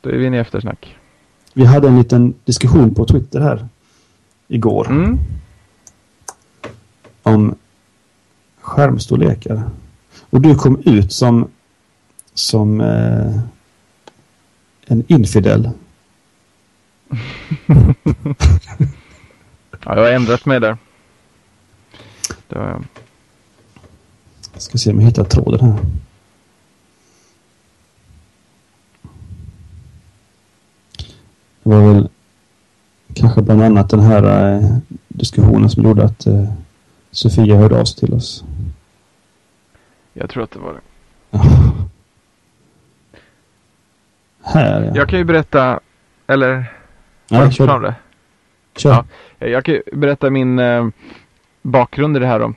Då är vi inne i eftersnack. Vi hade en liten diskussion på Twitter här igår. Om skärmstorlekar. Och du kom ut som en infidel. Ja, jag har ändrat mig där. Det var jag. Jag ska se om jag hittar tråden här. Det var väl kanske bland annat den här diskussionen som gjorde att Sofia hörde av sig till oss. Jag tror att det var det. Här, ja. Jag kan ju berätta, eller... Ja, kör. Det? Kör. Ja, jag kan ju berätta min bakgrund i det här då.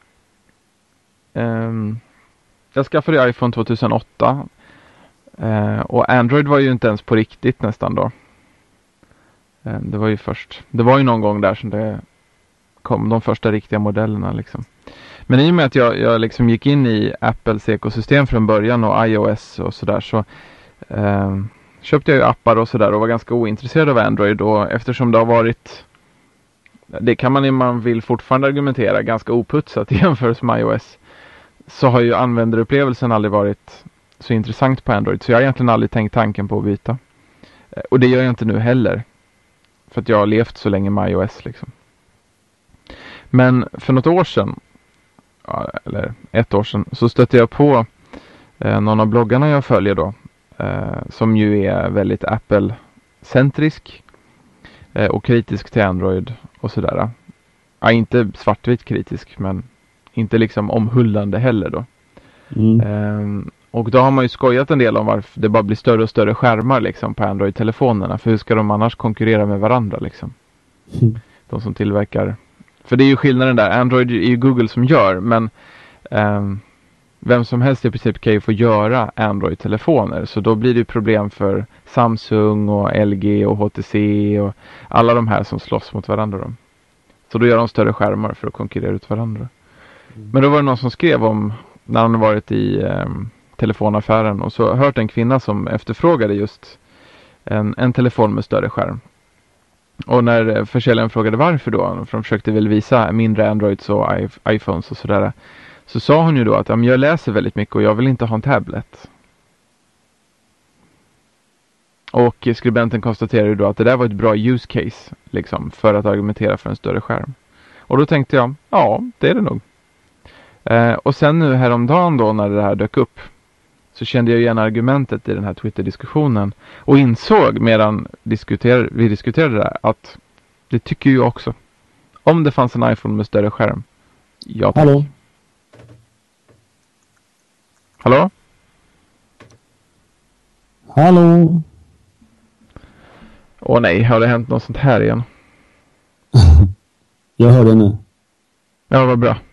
Jag skaffade iPhone 2008. Och Android var ju inte ens på riktigt nästan då. Det var ju först. Det var ju någon gång där som det kom de första riktiga modellerna liksom. Men i och med att jag liksom gick in i Apples ekosystem från början och iOS och sådär så köpte jag ju appar och sådär och var ganska ointresserad av Android. Och eftersom det har varit, det kan man vill fortfarande argumentera, ganska oputsat i jämförelse med iOS, så har ju användarupplevelsen aldrig varit så intressant på Android. Så jag har egentligen aldrig tänkt tanken på att byta. Och det gör jag inte nu heller. För att jag har levt så länge med iOS liksom. Men för något år sedan, eller ett år sedan, så stötte jag på någon av bloggarna jag följer då. Som ju är väldigt Apple-centrisk. Och kritisk till Android och sådär. Ja, inte svartvit kritisk, men inte liksom omhullande heller då. Och då har man ju skojat en del om varför det bara blir större och större skärmar liksom på Android-telefonerna. För hur ska de annars konkurrera med varandra liksom? De som tillverkar. För det är ju skillnaden där. Android är ju Google som gör, men vem som helst i princip kan ju få göra Android-telefoner. Så då blir det ju problem för Samsung och LG och HTC och alla de här som slåss mot varandra då. Så då gör de större skärmar för att konkurrera ut varandra. Men då var det någon som skrev om när han varit i telefonaffären och så hört en kvinna som efterfrågade just en telefon med större skärm. Och när försäljaren frågade varför då, för de försökte väl visa mindre Androids och iPhones och sådär, så sa hon ju då att jag läser väldigt mycket och jag vill inte ha en tablet. Och skribenten konstaterade ju då att det där var ett bra use case liksom, för att argumentera för en större skärm. Och då tänkte jag, ja, det är det nog. Och sen nu häromdagen då när det här dök upp, så kände jag igen argumentet i den här Twitter-diskussionen och insåg medan vi diskuterade det här att det tycker jag också. Om det fanns en iPhone med större skärm. Ja, tack. Hallå? Hallå? Hallå? Åh nej, har det hänt något sånt här igen? Jag hör det nu. Ja, vad bra.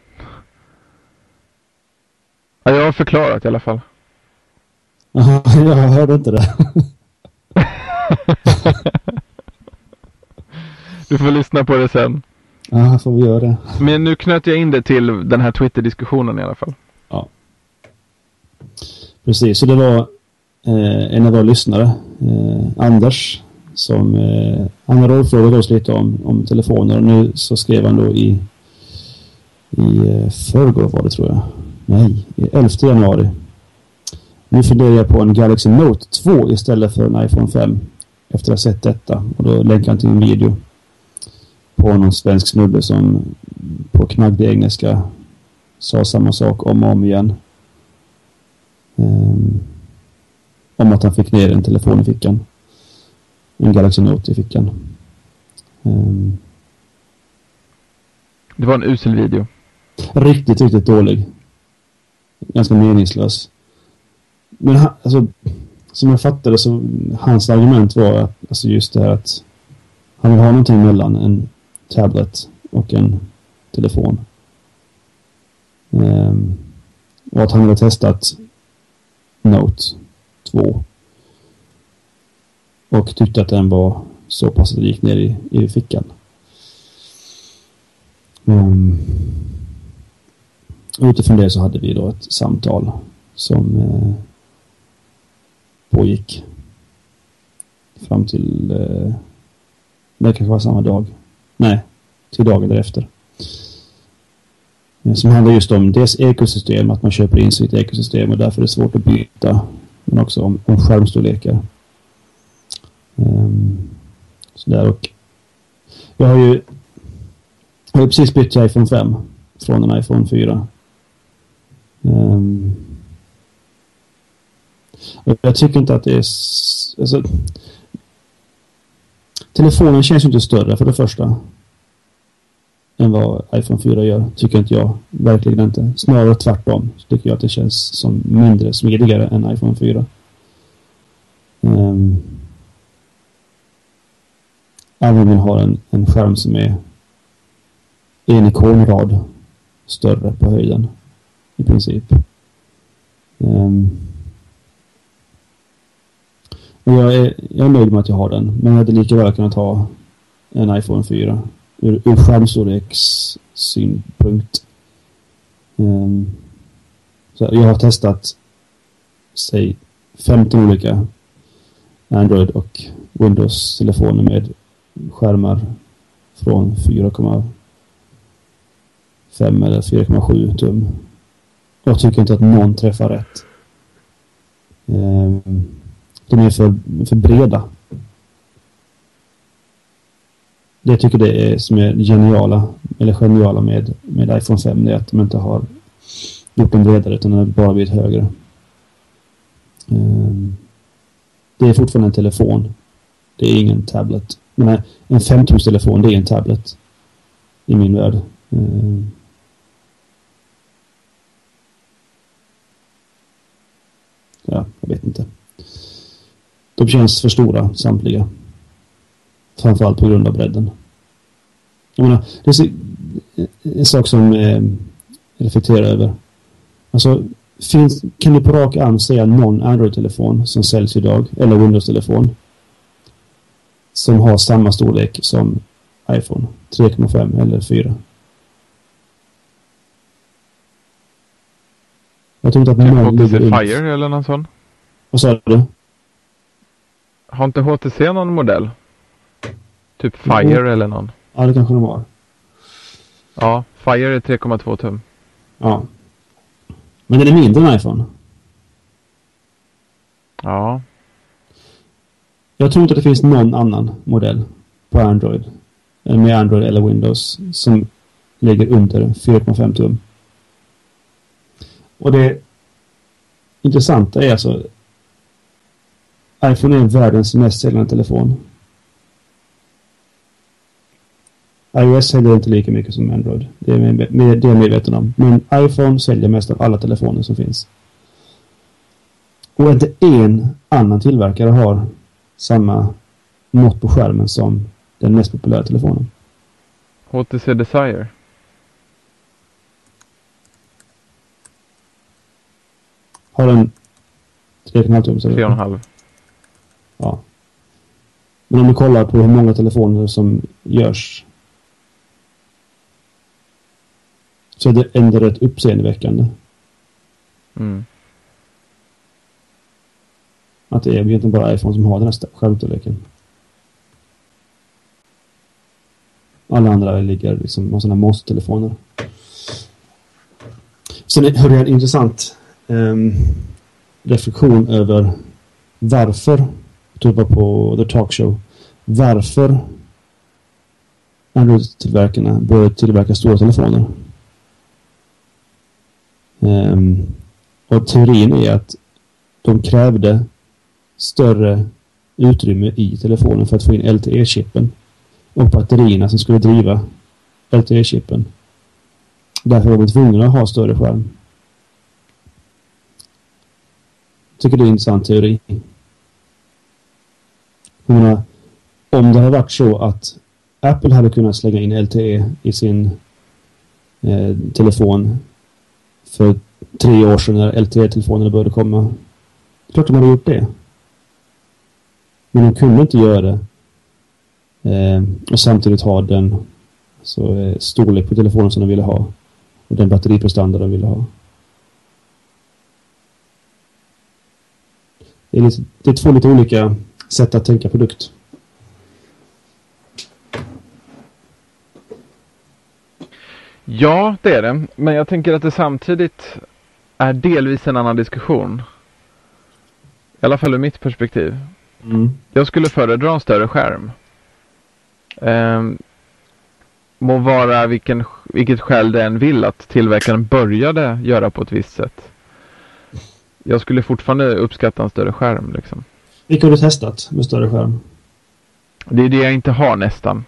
Ja, jag har förklarat i alla fall. Jag hörde inte det. Du får lyssna på det sen. Ja, får vi göra det. Men nu knöt jag in det till den här Twitter-diskussionen i alla fall. Ja. Precis, så det var en av våra lyssnare, Anders, som han har rådfrågat oss lite om telefoner. Och nu så skrev han då i förrgår var det, tror jag. Nej, i 11 januari. Nu funderar jag på en Galaxy Note 2 istället för en iPhone 5 efter att ha sett detta. Och då länkar han till en video på någon svensk snubbe som på knagglig engelska sa samma sak om och om igen. Om att han fick ner en telefon i fickan. En Galaxy Note i fickan. Det var en usel video. Riktigt, riktigt dålig. Ganska meningslös. Men alltså, som jag fattade så hans argument var att, alltså just det här att han vill ha någonting mellan en tablet och en telefon. Och att han hade testat Note 2 och tyckte att den var så pass att det gick ner i fickan. Utifrån det så hade vi då ett samtal som pågick. fram till det kanske var samma dag. Nej, till dagen därefter. Som handlar just om dels ekosystem, att man köper in sitt ekosystem och därför är det svårt att byta, men också om skärmstorlekar. Sådär, och jag har ju precis bytt till iPhone 5 från en iPhone 4. Och jag tycker inte att det är alltså, telefonen känns ju inte större för det första än vad iPhone 4 gör, tycker inte jag. Verkligen inte. Snarare tvärtom så tycker jag att det känns som mindre smidigare än iPhone 4. Även om man har en skärm som är en ikonrad större på höjden i princip. Och jag är nöjd med att jag har den, men jag hade lika väl kunnat ha en iPhone 4 ur skärmstorleks synpunkt. Så jag har testat säg 15 olika Android och Windows telefoner med skärmar från 4,5 eller 4,7 tum. Jag tycker inte att någon träffar rätt. De är för breda. Det jag tycker det är som är geniala med iPhone 5, det är att de inte har gjort den bredare utan den har bara blivit högre. Det är fortfarande en telefon. Det är ingen tablet. Men en 5-tumstelefon, det är en tablet i min värld. Ja, jag vet inte. De känns för stora samtliga. Framförallt på grund av bredden. Jag menar, det är en sak som reflekterar över. Alltså, kan du på rak arm säga någon Android-telefon som säljs idag, eller Windows-telefon, som har samma storlek som iPhone 3,5 eller 4? Jag tror inte att någon HTC Fire eller någon sån. Vad sa du? Har inte HTC någon modell? Typ Fire eller någon? Ja, det kanske de har. Ja, Fire är 3,2 tum. Ja. Men den är mindre än iPhone. Ja. Jag tror inte att det finns någon annan modell på Android, med Android eller Windows, som ligger under 4,5 tum. Och det intressanta är alltså iPhone är världens mest säljande telefon. iOS säljer inte lika mycket som Android. Det är jag medveten om. Men iPhone säljer mest av alla telefoner som finns. Och inte en annan tillverkare har samma mått på skärmen som den mest populära telefonen. HTC Desire. Har den 3,5 tum? 3,5. Ja. Men om du kollar på hur många telefoner som görs, så är det ändå rätt uppseendeväckande. Att det är egentligen bara iPhone som har den här skärmstorleken. Alla andra ligger liksom med sådana monstertelefoner. Sen hörde jag en intressant reflektion över varför, jag tror det var på The Talk Show, varför Android-tillverkarna började tillverka stora telefoner. Och teorin är att de krävde större utrymme i telefonen för att få in LTE-chippen och batterierna som skulle driva LTE-chippen. Därför var de tvungna att ha större skärm. Tycker det är en intressant teori. Menar, om det hade varit så att Apple hade kunnat slänga in LTE i sin telefon för 3 år sedan när LTE-telefonerna började komma, klart de hade gjort det. Men de kunde inte göra det och samtidigt ha den storlek på telefonen som de ville ha och den batteriprestanda de ville ha. Det är 2 lite olika sätt att tänka produkt. Ja, det är det. Men jag tänker att det samtidigt är delvis en annan diskussion. I alla fall ur mitt perspektiv. Jag skulle föredra en större skärm. Må vara vilket skäl det än vill att tillverkaren började göra på ett visst sätt. Jag skulle fortfarande uppskatta en större skärm. Liksom. Vilka har du testat med större skärm? Det är det jag inte har nästan.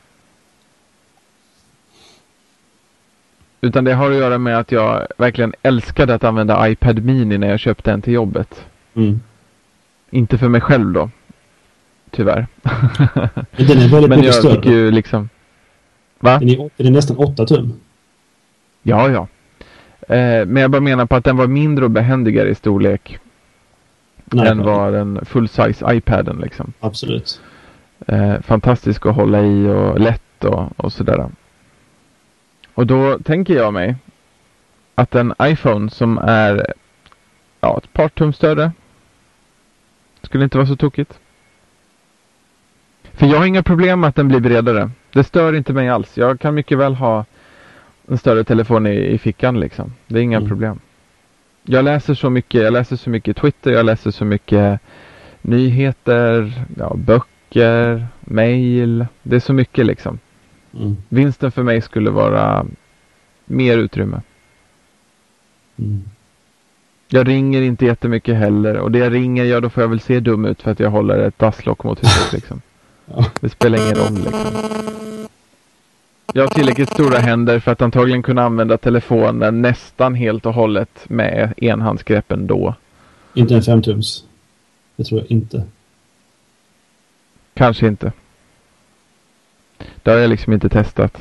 Utan det har att göra med att jag verkligen älskade att använda iPad Mini när jag köpte den till jobbet. Inte för mig själv då. Tyvärr. Men den är väldigt men mycket jag större. Fick ju liksom... Va? Den är nästan 8 tum. Ja. Men jag bara menar på att den var mindre och behändigare i storlek. Än vad den full-size iPaden liksom. Absolut. Fantastisk att hålla i och lätt och sådär. Och då tänker jag mig att en iPhone som är ett par tum större skulle inte vara så tokigt. För jag har inga problem med att den blir bredare. Det stör inte mig alls. Jag kan mycket väl ha en större telefon i fickan liksom. Det är inga problem. Jag läser så mycket Twitter, jag läser så mycket nyheter, böcker, mail. Det är så mycket liksom. Vinsten för mig skulle vara mer utrymme. Jag ringer inte jättemycket heller. Och det jag ringer, då får jag väl se dum ut för att jag håller ett dasslock mot huvudet liksom. Det spelar ingen roll liksom. Jag har tillräckligt stora händer för att antagligen kunna använda telefonen nästan helt och hållet med enhandsgrepp ändå. Inte en 5-tums. Det tror jag inte. Kanske inte. Det har jag liksom inte testat.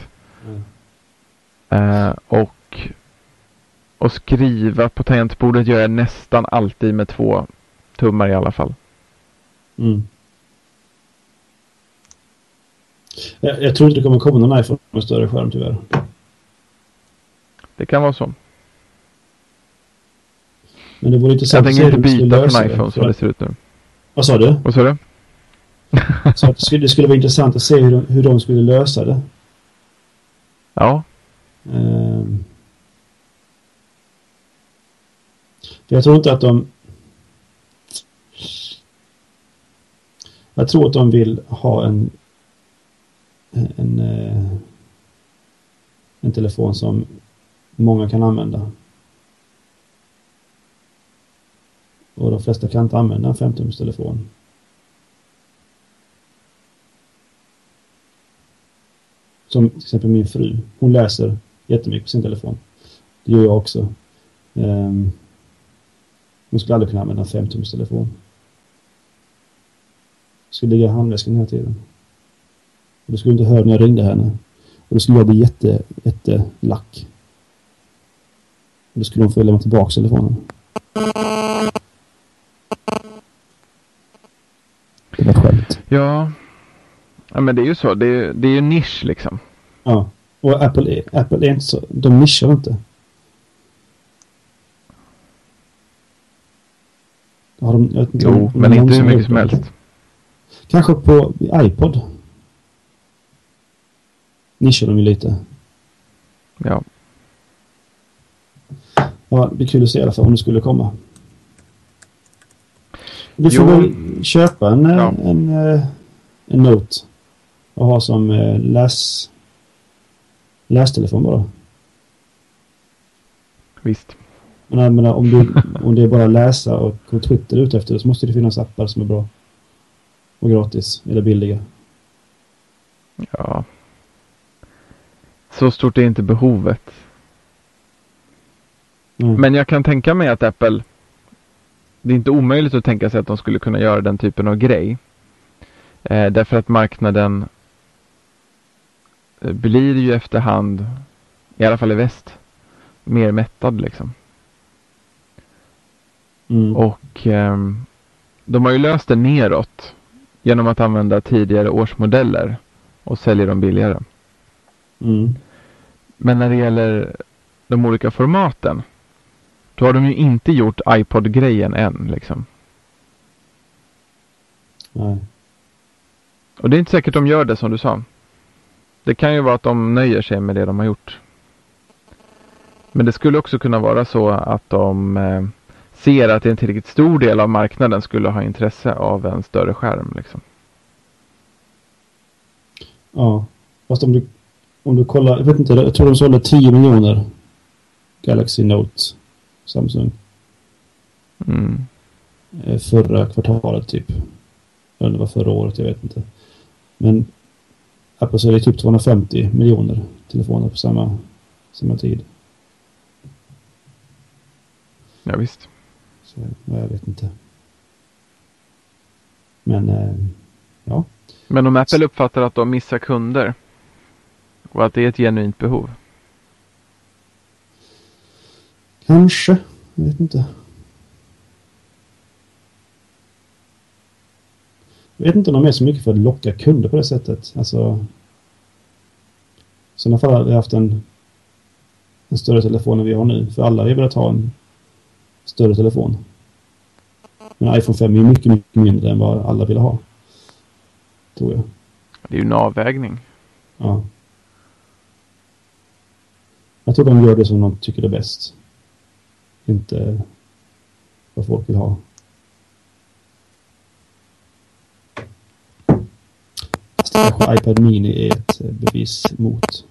Och skriva på tangentbordet gör jag nästan alltid med 2 tummar i alla fall. Jag tror inte det kommer komma någon iPhone med större skärm tyvärr. Det kan vara så. Men det vore intressant att se hur de skulle lösa det. Jag tänker inte byta från iPhone som det ser ut nu. Vad sa du? Vad sa du? Så att det skulle vara intressant att se hur de skulle lösa det. Ja. Jag tror inte att jag tror att de vill ha en telefon som många kan använda. Och de flesta kan inte använda en 5-tums telefon. Som till exempel min fru. Hon läser jättemycket på sin telefon. Det gör jag också. Hon skulle aldrig kunna använda en 5-tums telefon. Skulle ligga i handväskan hela tiden. Och då skulle inte höra när jag ringde henne. Och då skulle jag bli jättelack. Och då skulle hon få lämna tillbaka telefonen. Det var skämt. Ja, men det är ju så. Det är ju nisch liksom. Ja, och Apple är inte så. De nischar inte. Har de, jag vet inte, jo, men inte hur mycket som helst. Kanske på iPod. Nischar de ju lite. Ja. Ja, det blir kul att se i alla fall om det skulle komma. Du får väl köpa en Note och ha som lästelefon bara. Visst. Men jag menar, om det är bara läsa och på Twitter ute efter det, så måste det finnas appar som är bra. Och gratis, eller billiga. Ja. Så stort är inte behovet. Men jag kan tänka mig att Apple, det är inte omöjligt att tänka sig att de skulle kunna göra den typen av grej. Därför att marknaden blir ju efterhand, i alla fall i väst, mer mättad liksom. Och de har ju löst det neråt genom att använda tidigare årsmodeller och sälja dem billigare. Men när det gäller de olika formaten, då har de ju inte gjort iPod-grejen än liksom. Nej. Och det är inte säkert de gör det som du sa. Det kan ju vara att de nöjer sig med det de har gjort. Men det skulle också kunna vara så att de ser att en tillräckligt stor del av marknaden skulle ha intresse av en större skärm. Liksom. Ja, fast om du kollar, jag vet inte, jag tror de sålde 10 miljoner Galaxy Note Samsung. Mm. Förra kvartalet typ. Eller det var förra året, jag vet inte. Men Apple säljer typ 250 miljoner telefoner på samma tid. Ja, visst. Så jag vet inte. Men ja. Men om Apple uppfattar att de missar kunder och att det är ett genuint behov. Kanske. Jag vet inte. Jag vet inte om de är så mycket för att locka kunder på det sättet. Alltså, i sådana fall har vi haft en större telefon än vi har nu. För alla har velat ha en större telefon. Men iPhone 5 är mycket, mycket mindre än vad alla vill ha. Tror jag. Det är ju en avvägning. Ja. Jag tror de gör det som de tycker är bäst. Inte vad folk vill ha. Kanske iPad Mini är ett bevis mot.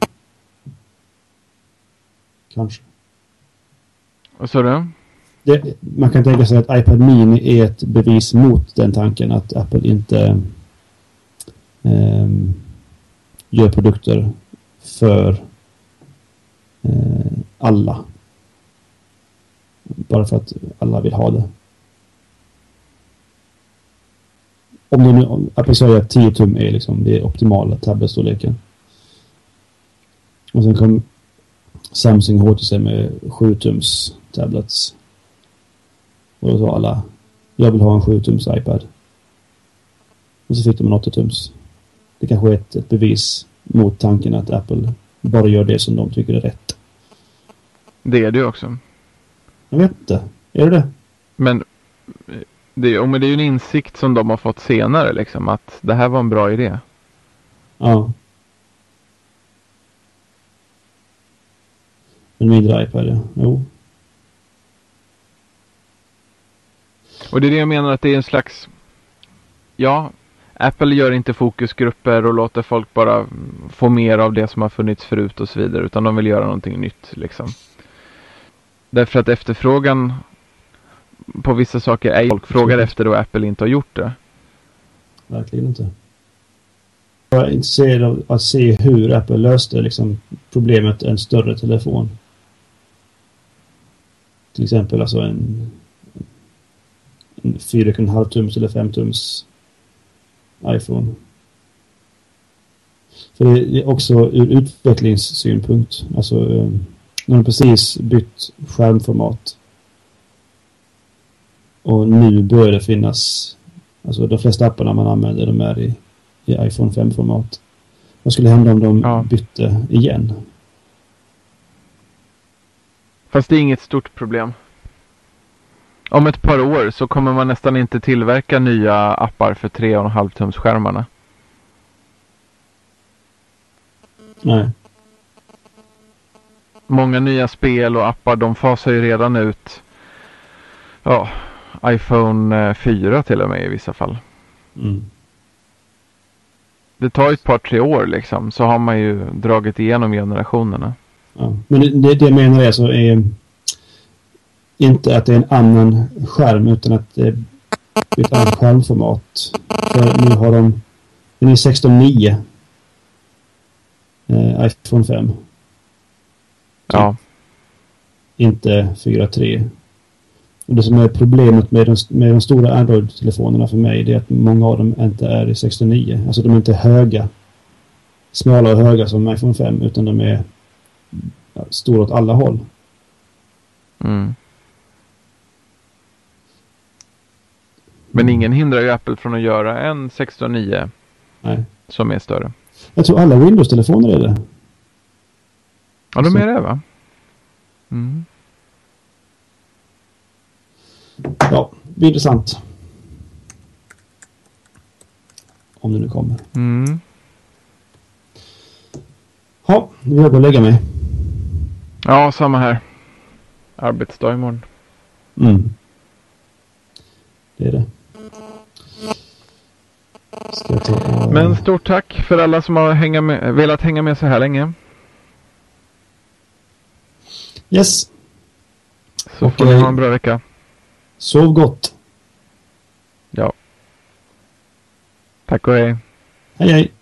Kanske. Vad sa du? Man kan tänka sig att iPad Mini är ett bevis mot den tanken att Apple inte gör produkter för alla. Bara för att alla vill ha det. Om Apple säger att 10 tum är liksom det optimala tablet-storleken. Och sen kom Samsung hårt till sig med 7 tums tablets. Och då sa alla, jag vill ha en 7 tums iPad. Och så fick de en 8 tums. Det kanske är ett bevis mot tanken att Apple bara gör det som de tycker är rätt. Det är det ju också. Jag vet inte. Är det det? Men det är ju en insikt som de har fått senare liksom. Att det här var en bra idé. Ja. En mindre iPad, ja. Jo. Och det är det jag menar att det är en slags... Ja, Apple gör inte fokusgrupper och låter folk bara få mer av det som har funnits förut och så vidare. Utan de vill göra någonting nytt liksom. Därför att efterfrågan på vissa saker är folk frågar efter det och Apple inte har gjort det. Verkligen inte. Jag är intresserad av att se hur Apple löste liksom problemet en större telefon. Till exempel alltså en 4,5 tums eller 5 tums iPhone. För det är också ur utvecklingssynpunkt. Alltså när de precis bytt skärmformat. Och nu börjar det finnas, alltså de flesta apparna man använder de är i iPhone 5-format. Vad skulle hända om de bytte igen? Fast det är inget stort problem. Om ett par år så kommer man nästan inte tillverka nya appar för 3,5 tums skärmarna. Nej. Många nya spel och appar, de fasar ju redan ut iPhone 4 till och med i vissa fall. Mm. Det tar ett par, 3 år liksom, så har man ju dragit igenom generationerna. Ja. Men det menar jag så är inte att det är en annan skärm utan att det är ett annat skärmformat. För nu har den är 16:9 iPhone 5. Ja. Inte 4.3. Och det som är problemet med de stora Android-telefonerna för mig det är att många av dem inte är i 16:9. Alltså de är inte höga. Smala och höga som iPhone 5 utan de är stora åt alla håll. Mm. Men ingen hindrar ju Apple från att göra en 16:9 som är större. Jag tror alla Windows-telefoner är det. Ja, de är det va? Mm. Ja, det blir intressant. Om det nu kommer. Mm. Ja, nu vill jag gå och lägga mig. Ja, samma här. Arbetsdag imorgon. Mm. Det är det. Ska jag ta och... Men stort tack för alla som har velat hänga med så här länge. Yes. Så får ni ha en bra vecka. Sov gott. Ja. Tack och hej. Hej hej.